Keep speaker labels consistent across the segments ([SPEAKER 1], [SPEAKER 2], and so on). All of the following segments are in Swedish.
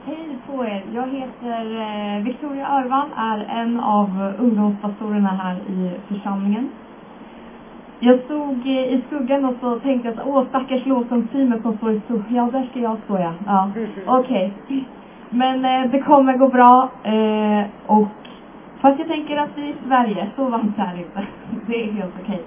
[SPEAKER 1] Hej på er, jag heter Victoria Örvan, är en av ungdomspastorerna här i församlingen. Jag stod i skuggan och så tänkte jag så, stackars lovsångsteamet som står i skuggan. Ja, där ska jag stå, ja. Okej. Men det kommer gå bra. Och fast jag tänker att vi är i Sverige, så varmt här inte. Det är helt okej.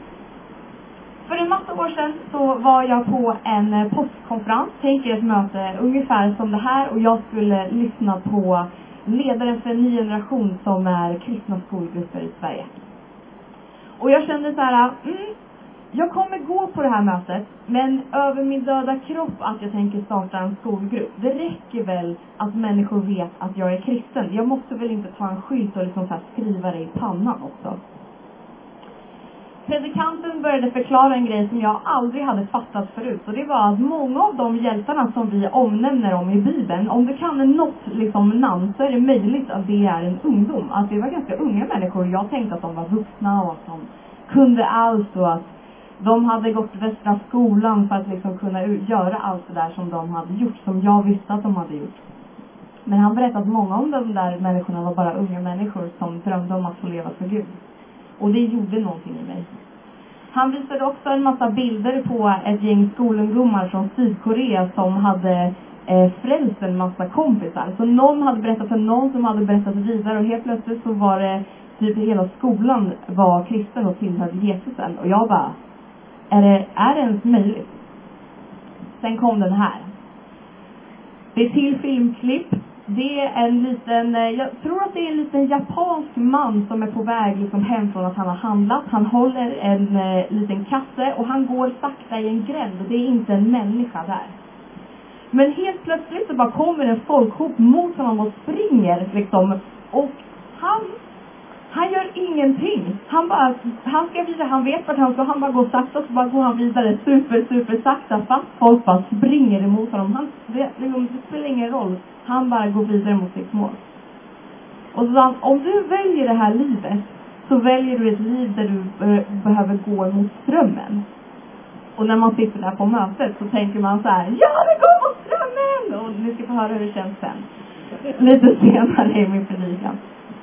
[SPEAKER 1] För en massa år sedan så var jag på en postkonferens, tänker ett möte ungefär som det här, och jag skulle lyssna på ledaren för en ny generation som är kristna skolgrupper i Sverige. Och jag kände så här, jag kommer gå på det här mötet, men över min döda kropp att jag tänker starta en skolgrupp. Det räcker väl att människor vet att jag är kristen. Jag måste väl inte ta en skylt och liksom så här skriva det i pannan också. Predikanten började förklara en grej som jag aldrig hade fattat förut. Och det var att många av de hjältarna som vi omnämner om i Bibeln, om du kan något liksom namn, så är det möjligt att det är en ungdom. Att det var ganska unga människor. Jag tänkte att de var vuxna och att de kunde allt och att de hade gått Västra skolan för att liksom kunna göra allt det där som de hade gjort, som jag visste att de hade gjort. Men han berättade att många av de där människorna var bara unga människor som drömde om att få leva för Gud. Och det gjorde någonting i mig. Han visade också en massa bilder på ett gäng skolungdomar från Sydkorea som hade frälst en massa kompisar. Så någon hade berättat för någon som hade berättat vidare, och helt plötsligt så var det typ hela skolan var kristen och tillhörde Jesusen. Och jag bara, är det ens möjligt? Sen kom den här. Det är till filmklipp. Det är en liten, jag tror att det är en liten japansk man som är på väg liksom hem från att han har handlat. Han håller en liten kasse och han går sakta i en gränd, och det är inte en människa där. Men helt plötsligt så bara kommer en folkhop mot honom och springer liksom, och han gör ingenting. Han ska vidare, han vet vart han ska, han bara går sakta, så bara går han vidare super sakta, fast folk bara springer emot honom. Det spelar ingen roll. Han bara går vidare mot sitt mål. Och så sa, om du väljer det här livet, så väljer du ett liv där du behöver gå mot strömmen. Och när man sitter där på mötet så tänker man så här, ja, det går mot strömmen! Och ni ska få höra hur det känns sen. Lite senare i min predikan.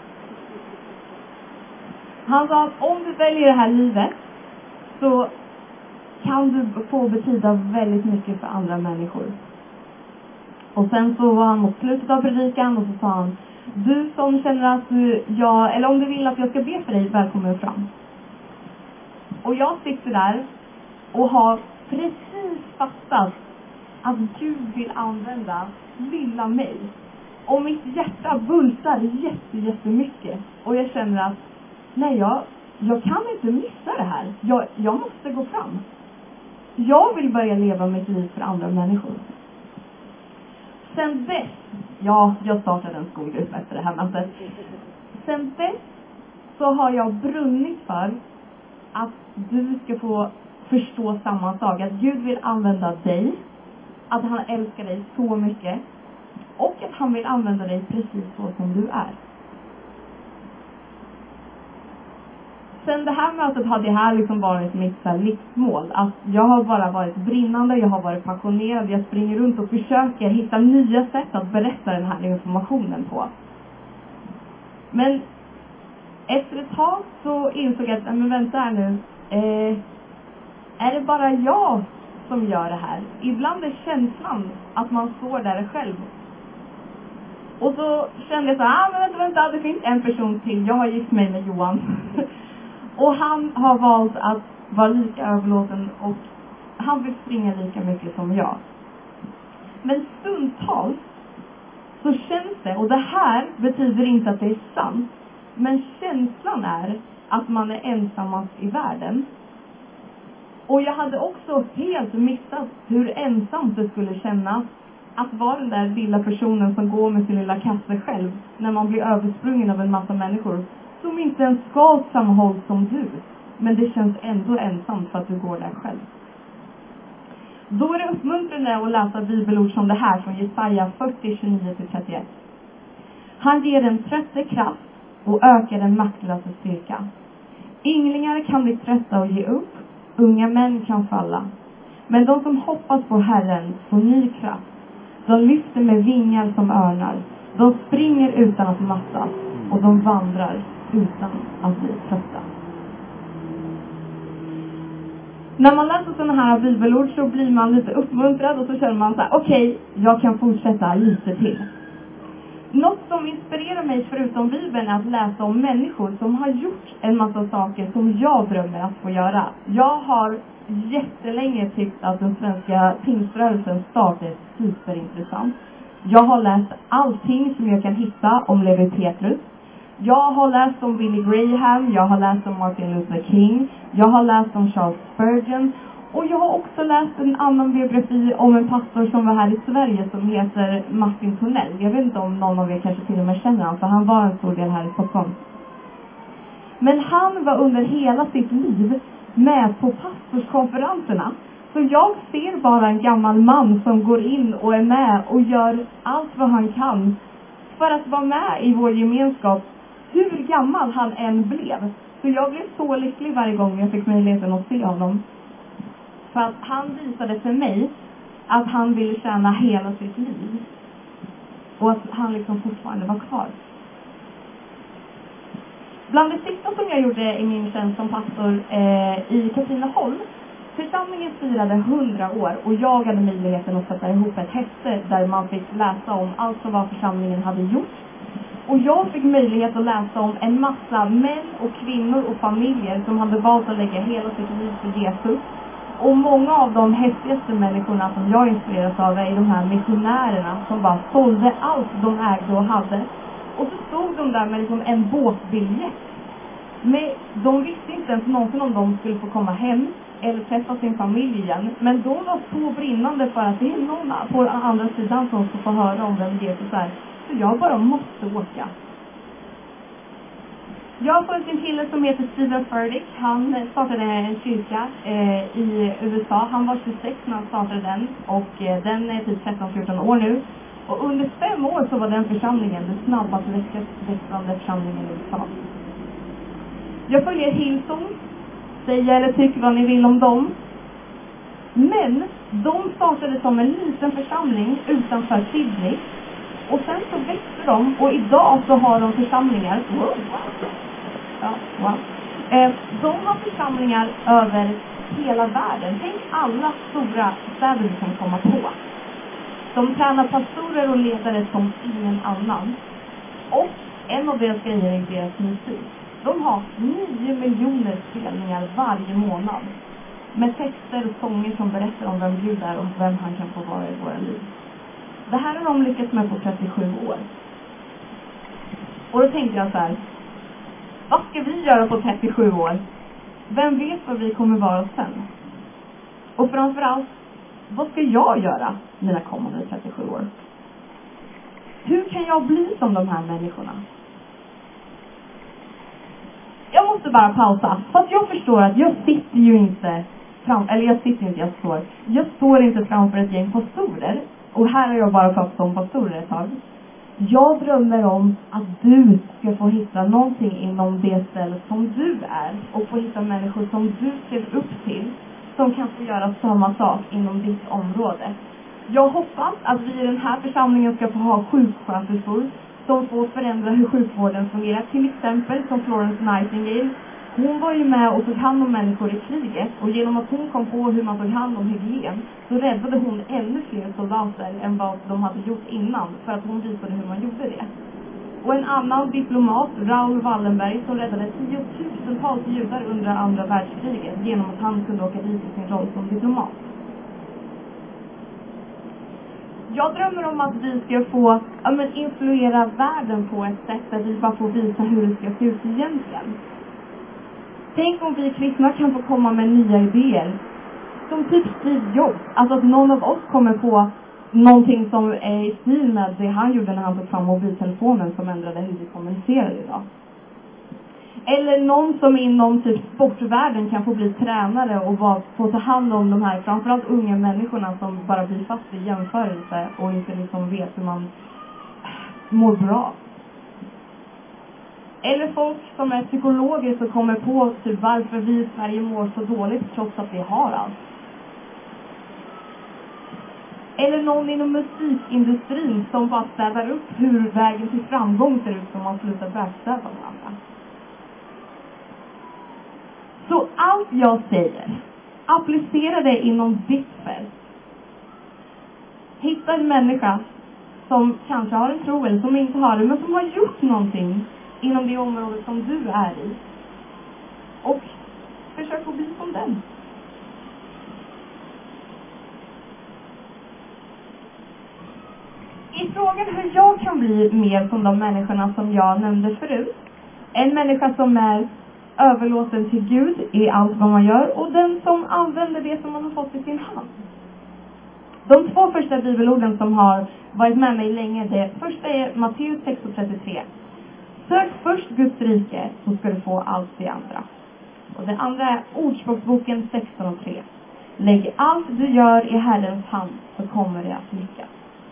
[SPEAKER 1] Han sa att om du väljer det här livet, så kan du få betyda väldigt mycket för andra människor. Och sen så var han mot slutet av predikan och så sa han, du som känner att eller om du vill att jag ska be för dig, välkommen fram. Och jag sitter där och har precis fattat att Gud vill använda lilla mig. Och mitt hjärta bultar jättemycket. Och jag känner att nej, jag kan inte missa det här. Jag måste gå fram. Jag vill börja leva mitt liv för andra människor. Sen dess, jag startade en skolgrupp efter det här mötet. Sen dess så har jag brunnit för att du ska få förstå samma sak. Att Gud vill använda dig. Att han älskar dig så mycket. Och att han vill använda dig precis så som du är. Sen det här mötet har det här liksom varit mitt livsmål. Att jag har bara varit brinnande, jag har varit passionerad. Jag springer runt och försöker hitta nya sätt att berätta den här informationen på. Men efter ett tag så insåg jag att, men vänta här nu. Är det bara jag som gör det här? Ibland är känslan att man står där själv. Och så kände jag så här, men vänta, det finns en person till. Jag har gift mig med Johan. Och han har valt att vara lika överlåten och han vill springa lika mycket som jag. Men stundtals så känns det, och det här betyder inte att det är sant, men känslan är att man är ensammast i världen. Och jag hade också helt missat hur ensamt det skulle kännas att vara den där lilla personen som går med sin lilla kasse själv när man blir översprungen av en massa människor som inte ens ska åt samma håll som du. Men det känns ändå ensamt för att du går där själv. Då är det uppmuntrande att läsa bibelord som det här från Jesaja 40, 29-31. Han ger den trötte kraft och ökar den maktlösa styrka. Ynglingar kan bli trötta och ge upp, unga män kan falla. Men de som hoppas på Herren får ny kraft. De lyfter med vingar som örnar. De springer utan att mattas. Och de vandrar utan att bli trötta. När man läser sådana här bibelord så blir man lite uppmuntrad. Och så känner man så här: okej, jag kan fortsätta lite till. Något som inspirerar mig förutom Bibeln är att läsa om människor som har gjort en massa saker som jag drömmer att få göra. Jag har jättelänge tyckt att den svenska pingströrelsens start är superintressant. Jag har läst allting som jag kan hitta om Levi Petrus. Jag har läst om Billy Graham, jag har läst om Martin Luther King, jag har läst om Charles Spurgeon. Och jag har också läst en annan biografi om en pastor som var här i Sverige som heter Martin Tornell. Jag vet inte om någon av er kanske till och med känner han, för han var en stor del här i Stockholm. Men han var under hela sitt liv med på pastorskonferenserna. Så jag ser bara en gammal man som går in och är med och gör allt vad han kan för att vara med i vår gemenskap, hur gammal han än blev. Så jag blev så lycklig varje gång jag fick möjligheten att se honom. För att han visade för mig att han ville tjäna hela sitt liv. Och att han liksom fortfarande var kvar. Bland det sista som jag gjorde i min tjänst som pastor i Katrineholm. Församlingen firade 100 år och jag hade möjligheten att sätta ihop ett häfte där man fick läsa om allt som vad församlingen hade gjort. Och jag fick möjlighet att läsa om en massa män och kvinnor och familjer som hade valt att lägga hela sitt liv för Jesus. Och många av de häftigaste människorna som jag inspireras av är de här missionärerna som bara sålde allt de ägde och hade. Och så stod de där med liksom en båtbiljett. Men de visste inte ens någonsin om de skulle få komma hem eller träffa sin familj igen. Men de var så brinnande för att det är någon på andra sidan som ska få höra om vem Jesus är. Så jag bara måste åka. Jag har följt en kille som heter Steven Furtick. Han startade en kyrka i USA. Han var 26 när han startade den. Och den är typ 13-14 år nu. Och under 5 år så var den församlingen den snabbast växande församlingen i USA. Jag följer Hillsong. Säg eller tyck vad ni vill om dem. Men de startade som en liten församling utanför Sydney. Och sen så växte de. Och idag så har de församlingar. De har församlingar över hela världen. Tänk alla stora städer vi kan komma på. De tränar pastorer och ledare som ingen annan. Och en av deras grejer är deras musik. De har 9 miljoner spelningar varje månad. Med texter och sånger som berättar om vem Gud är och vem han kan få vara i våra liv. Det här har de lyckats med på 37 år. Och då tänkte jag så här: vad ska vi göra på 37 år? Vem vet vad vi kommer vara sen? Och framförallt, vad ska jag göra mina kommande 37 år? Hur kan jag bli som de här människorna? Jag måste bara pausa. Fast jag förstår att jag sitter ju inte jag står inte framför ett gäng pastorer. Och här har jag bara pratat om pastorer ett tag. Jag drömmer om att du ska få hitta någonting inom det stället som du är. Och få hitta människor som du ser upp till. Som kan få göra samma sak inom ditt område. Jag hoppas att vi i den här församlingen ska få ha sjuksköterskor som får förändra hur sjukvården fungerar. Till exempel som Florence Nightingale. Hon var ju med och tog hand om människor i kriget. Och genom att hon kom på hur man tog hand om hygien så räddade hon ännu fler soldater än vad de hade gjort innan. För att hon visade hur man gjorde det. Och en annan diplomat, Raoul Wallenberg, som räddade tiotusentals judar under andra världskriget genom att han kunde åka dit i sin roll som diplomat. Jag drömmer om att vi ska få influera världen på ett sätt där vi bara får visa hur det ska se ut egentligen. Tänk om vi kristna kan få komma med nya idéer. Som typ Steve Jobs. Alltså att någon av oss kommer på någonting som är i stil med det han gjorde när han tog fram mobiltelefonen som ändrade hur vi kommunicerar idag. Eller någon som inom typ sportvärlden kan få bli tränare och få ta hand om de här framförallt unga människorna som bara blir fast i jämförelse och inte liksom vet hur man mår bra. Eller folk som är psykologer som kommer på typ varför vi i Sverige mår så dåligt trots att vi har allt. Eller någon inom musikindustrin som bara städar upp hur vägen till framgång ser ut som man slutar backstabba varandra. Så allt jag säger, applicera det inom ditt fält. Hitta en människa som kanske har en tro eller som inte har det, men som har gjort någonting inom det område som du är i. Och försök att bli som den. I frågan hur jag kan bli mer som de människorna som jag nämnde förut. En människa som är överlåten till Gud i allt vad man gör och den som använder det som man har fått i sin hand. De 2 första bibelorden som har varit med mig länge, det första är Matteus 6:33. Sök först Guds rike så ska du få allt det andra. Och det andra är Ordspråksboken 16:3. Lägg allt du gör i Herrens hand så kommer det att lyckas.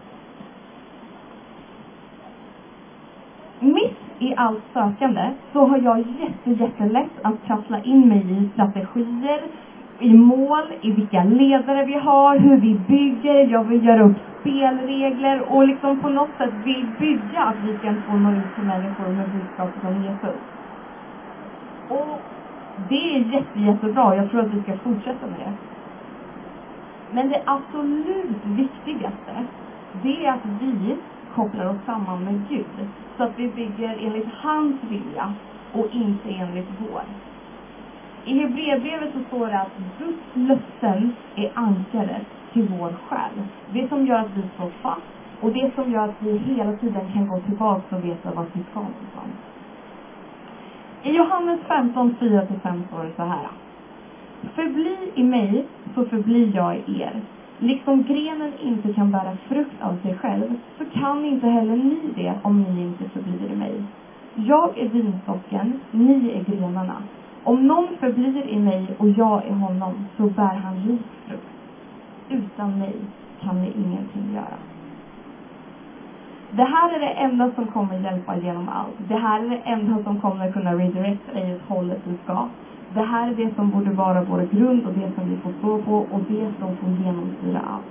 [SPEAKER 1] Mitt i allt sökande så har jag jättelätt att trassla in mig i strategier, i mål, i vilka ledare vi har, hur vi bygger. Jag vill göra upp spelregler och liksom på något sätt vill bygga att vi kan få nå ut till människor med budskapet om Jesus. Och det är jättebra. Jag tror att vi ska fortsätta med det. Men det absolut viktigaste, det är att vi kopplar oss samman med Gud. Så att vi bygger enligt hans vilja och inte enligt vår. I Hebreerbrevet så står det att Guds löften är ankaret till vår själ. Det som gör att vi står fast och det som gör att vi hela tiden kan gå tillbaka och veta vad vi ska någonstans. I Johannes 15:4-5 står det så här. Förbli i mig så förblir jag i er. Liksom grenen inte kan bära frukt av sig själv så kan inte heller ni det om ni inte förblir i mig. Jag är vinstocken, ni är grenarna. Om någon förblir i mig och jag i honom så bär han rik frukt. Utan mig kan ni ingenting göra. Det här är det enda som kommer hjälpa genom allt. Det här är det enda som kommer kunna redirecta dig åt hållet du ska. Det här är det som borde vara vår grund och det som vi får stå på och det som får genomsyra allt.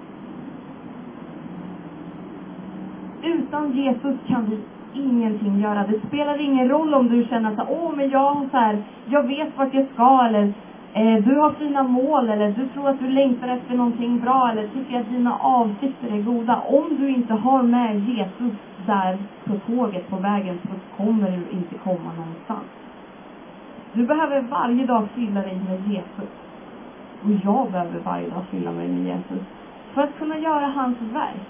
[SPEAKER 1] Utan Jesus kan vi ingenting göra. Det spelar ingen roll om du känner att men jag vet vart jag ska, eller du har fina mål, eller du tror att du längtar efter någonting bra, eller tycker att dina avsikter är goda. Om du inte har med Jesus där på tåget på vägen så kommer du inte komma någonstans. Du behöver varje dag fylla dig med Jesus. Och jag behöver varje dag fylla mig med Jesus. För att kunna göra hans verk.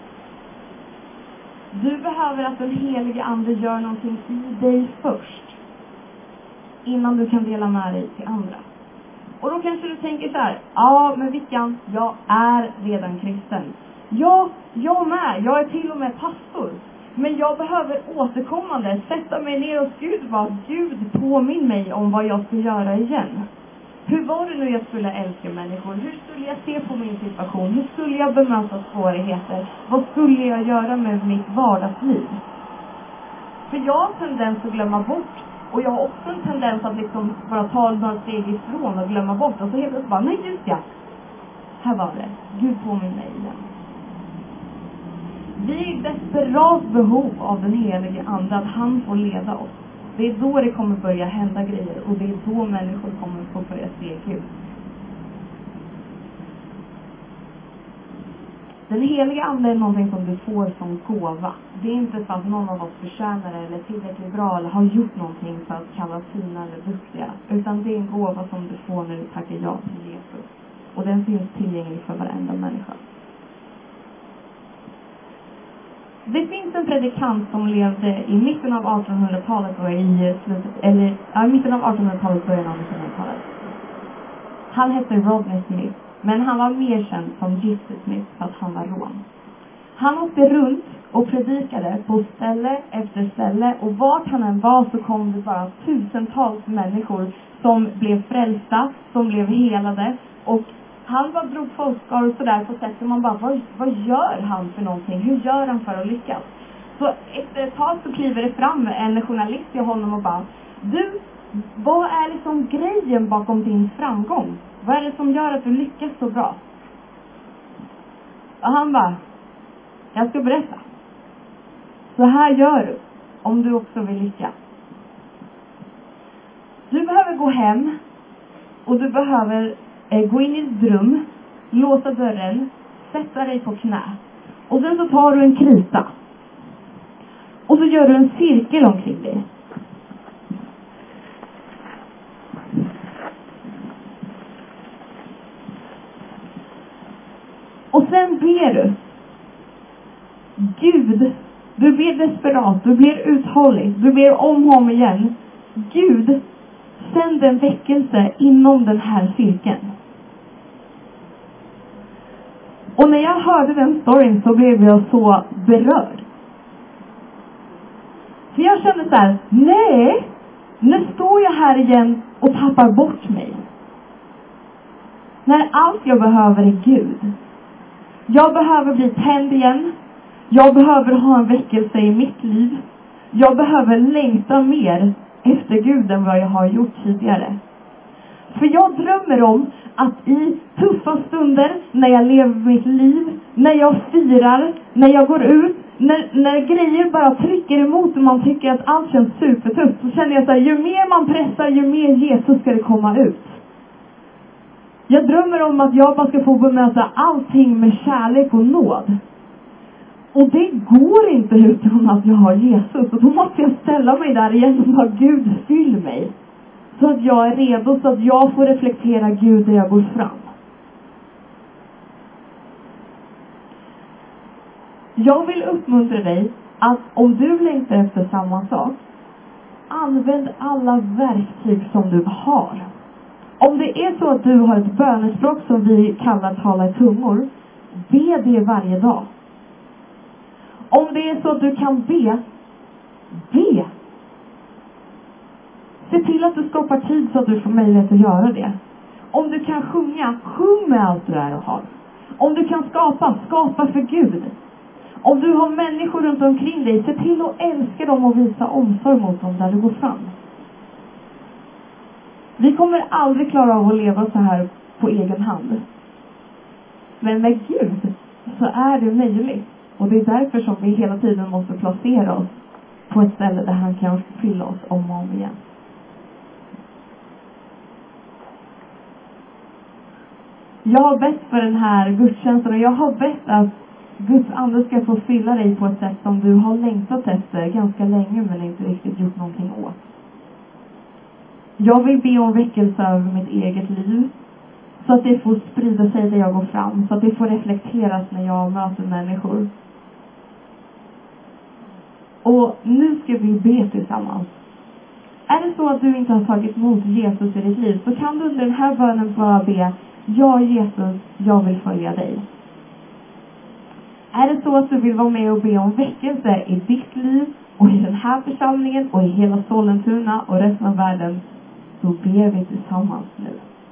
[SPEAKER 1] Du behöver att den helige ande gör någonting i dig först. Innan du kan dela med dig till andra. Och då kanske du tänker så här. Ja, men Vickan, jag är redan kristen. Ja, jag med. Jag är till och med pastor. Men jag behöver återkommande sätta mig ner och Gud påminn mig om vad jag ska göra igen. Hur var det nu jag skulle älska människor? Hur skulle jag se på min situation? Hur skulle jag bemöta svårigheter? Vad skulle jag göra med mitt vardagsliv? För jag har tendens att glömma bort. Och jag har också en tendens att liksom bara ta några steg ifrån och glömma bort. Och så helt plötsligt bara, nej just ja. Här var det. Gud påminn mig igen. Vi är i desperat behov av den helige ande, att han får leda oss. Det är då det kommer börja hända grejer och det är då människor kommer få börja se Gud. Den heliga ande är någonting som du får som gåva. Det är inte så att någon av oss förtjänar det eller tillräckligt bra eller har gjort någonting för att kallas fina eller duktiga. Utan det är en gåva som du får när du tackar ja till Jesus. Och den finns tillgänglig för varenda människa. Det finns en predikant som levde i mitten av 1800-talet och mitten av 1800-talet, början av 1900-talet. Han hette Rodney Smith, men han var mer känd som Gypsy Smith för att han var rom. Han åkte runt och predikade på ställe efter ställe och vart han än var så kom det bara tusentals människor som blev frälsta, som blev helade och han bara drog folkskar och sådär på sätt som man bara, vad gör han för någonting? Hur gör han för att lyckas? Så efter ett tag så kliver det fram en journalist till honom och bara, du, vad är liksom grejen bakom din framgång? Vad är det som gör att du lyckas så bra? Och han bara, jag ska berätta. Så här gör du om du också vill lyckas. Du behöver gå hem och du behöver gå in i ditt rum, låsa dörren, sätta dig på knä. Och sen så tar du en krita. Och så gör du en cirkel omkring dig. Och sen ber du. Gud, du ber desperat, du ber uthålligt, du ber om och om igen. Gud, sänd en väckelse inom den här cirkeln. Och när jag hörde den storyn så blev jag så berörd. För jag kände så här, nej, nu står jag här igen och tappar bort mig. När allt jag behöver är Gud. Jag behöver bli tänd igen. Jag behöver ha en väckelse i mitt liv. Jag behöver längta mer efter Gud än vad jag har gjort tidigare. För jag drömmer om att i tuffa stunder, när jag lever mitt liv, när jag firar, när jag går ut, när grejer bara trycker emot och man tycker att allt känns supertufft, så känner jag så här, ju mer man pressar, ju mer Jesus ska det komma ut. Jag drömmer om att jag bara ska få bemöta allting med kärlek och nåd. Och det går inte utan att jag har Jesus. Och då måste jag ställa mig där igen och bara, Gud, fyll mig. Så att jag är redo, så att jag får reflektera Gud när jag går fram. Jag vill uppmuntra dig att om du längtar efter samma sak, använd alla verktyg som du har. Om det är så att du har ett bönespråk som vi kallar tala i tungor, be det varje dag. Om det är så att du kan be. Se till att du skapar tid så att du får möjlighet att göra det. Om du kan sjunga, sjung med allt du är och har. Om du kan skapa för Gud. Om du har människor runt omkring dig, se till att älska dem och visa omsorg mot dem där du går fram. Vi kommer aldrig klara av att leva så här på egen hand. Men med Gud så är det möjligt. Och det är därför som vi hela tiden måste placera oss på ett ställe där han kan fylla oss om och om igen. Jag har bett för den här gudstjänsten och jag har bett att Guds ande ska få fylla dig på ett sätt som du har längtat efter ganska länge men inte riktigt gjort någonting åt. Jag vill be om väckelse över mitt eget liv. Så att det får sprida sig där jag går fram. Så att det får reflekteras när jag möter människor. Och nu ska vi be tillsammans. Är det så att du inte har tagit emot Jesus i ditt liv, så kan du under den här bönen bara be: ja Jesus, jag vill följa dig. Är det så att du vill vara med och be om väckelse i ditt liv och i den här församlingen och i hela Sollentuna och resten av världen, så ber vi tillsammans nu.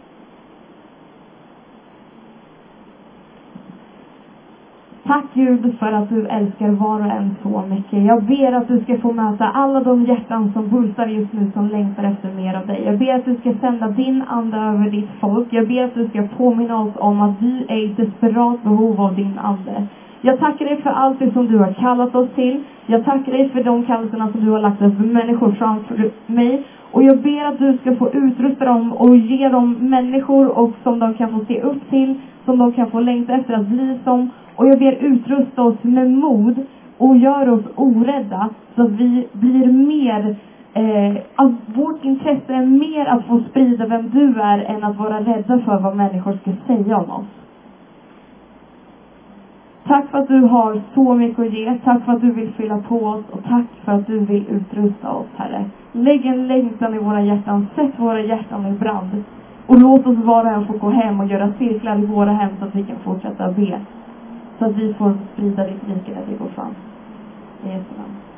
[SPEAKER 1] Tack Gud för att du älskar var och en så mycket. Jag ber att du ska få möta alla de hjärtan som bultar just nu, som längtar efter mer av dig. Jag ber att du ska sända din ande över ditt folk. Jag ber att du ska påminna oss om att vi är i desperat behov av din ande. Jag tackar dig för allt det som du har kallat oss till. Jag tackar dig för de kallelserna som du har lagt över människor framför mig. Och jag ber att du ska få utrusta dem och ge dem människor och som de kan få se upp till, som de kan få längta efter att bli som. Och jag ber utrusta oss med mod och gör oss orädda, så att vi blir mer, att vårt intresse är mer att få sprida vem du är än att vara rädda för vad människor ska säga om oss. Tack för att du har så mycket att ge. Tack för att du vill fylla på oss. Och tack för att du vill utrusta oss, Herre. Lägg en längtan i våra hjärtan. Sätt våra hjärtan i brand. Och låt oss vara här och få gå hem och göra cirklar i våra hem, så att vi kan fortsätta be. Så att vi får sprida ditt rike där vi går fram. I Jesu namn.